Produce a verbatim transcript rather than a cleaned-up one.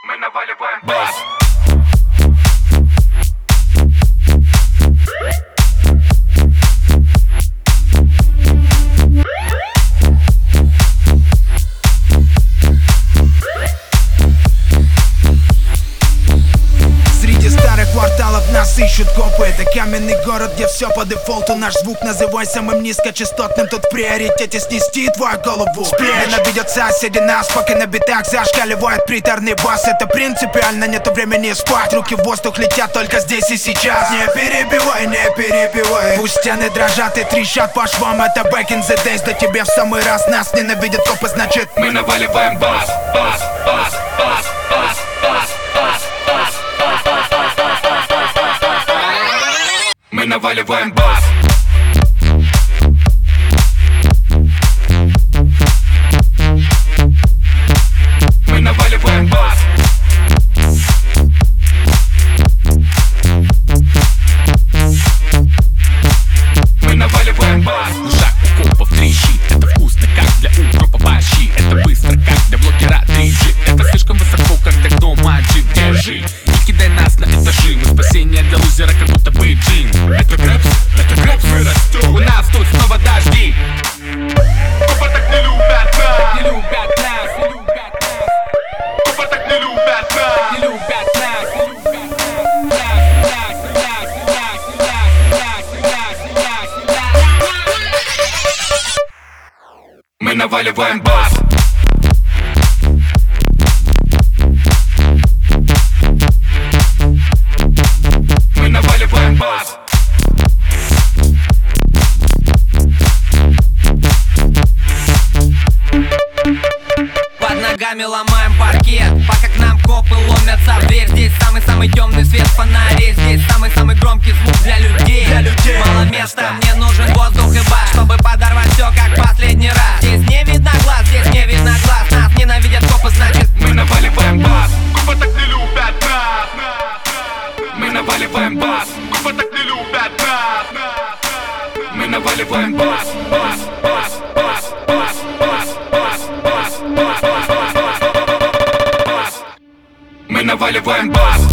Мы наваливаем бас. Среди старых кварталов нас ищут копы. Это каменный город, где все по дефолту. Наш звук называй самым низкочастотным. Тут в приоритете снести твою голову. Ненавидят соседи нас, пока на битах зашкаливает приторный бас. Это принципиально, нету времени спать. Руки в воздух летят только здесь и сейчас. Не перебивай, не перебивай. Пусть стены дрожат и трещат по швам. Это back in the days, да тебе в самый раз. Нас ненавидят копы, значит мы наваливаем бас, бас, бас, бас, бас, бас, бас, бас. Мы наваливаем бас. Мы наваливаем бас. Мы наваливаем бас. Шаг у копов трещит. Это вкусно, как для укропа борщи. Это быстро, как для блогера три джи. Это слишком высоко, как для дома джип. Держи, не кидай нас на этажи. Мы спасение для лузера, как будто бы джин. Это грэпс, это грэпс, мы растем. У нас тут снова дожди. Копы так не любят нас. Не любят нас, не любят нас. Копы так не любят нас. Не любят нас, не любят нас. Нас, нас, нас, нас, нас, нас, нас, нас. Мы наваливаем бас. Мы наваливаем бас. Под ногами ломаем паркет, пока к нам копы ломятся в дверь. Здесь самый-самый темный свет в фонаре. Здесь самый-самый громкий звук для людей. Для людей. Мало места, мне нужен воздух и бас, чтобы подорвать все как последний раз. Здесь не видно глаз, здесь не видно глаз. Нас ненавидят копы, значит мы наваливаем бас. Копы так не любят нас. Мы наваливаем бас. Копы так не любят нас. Мы наваливаем бас, бас, бас, бас, бас, бас, бас, бас, бас, бас, бас, бас. Мы наваливаем бас.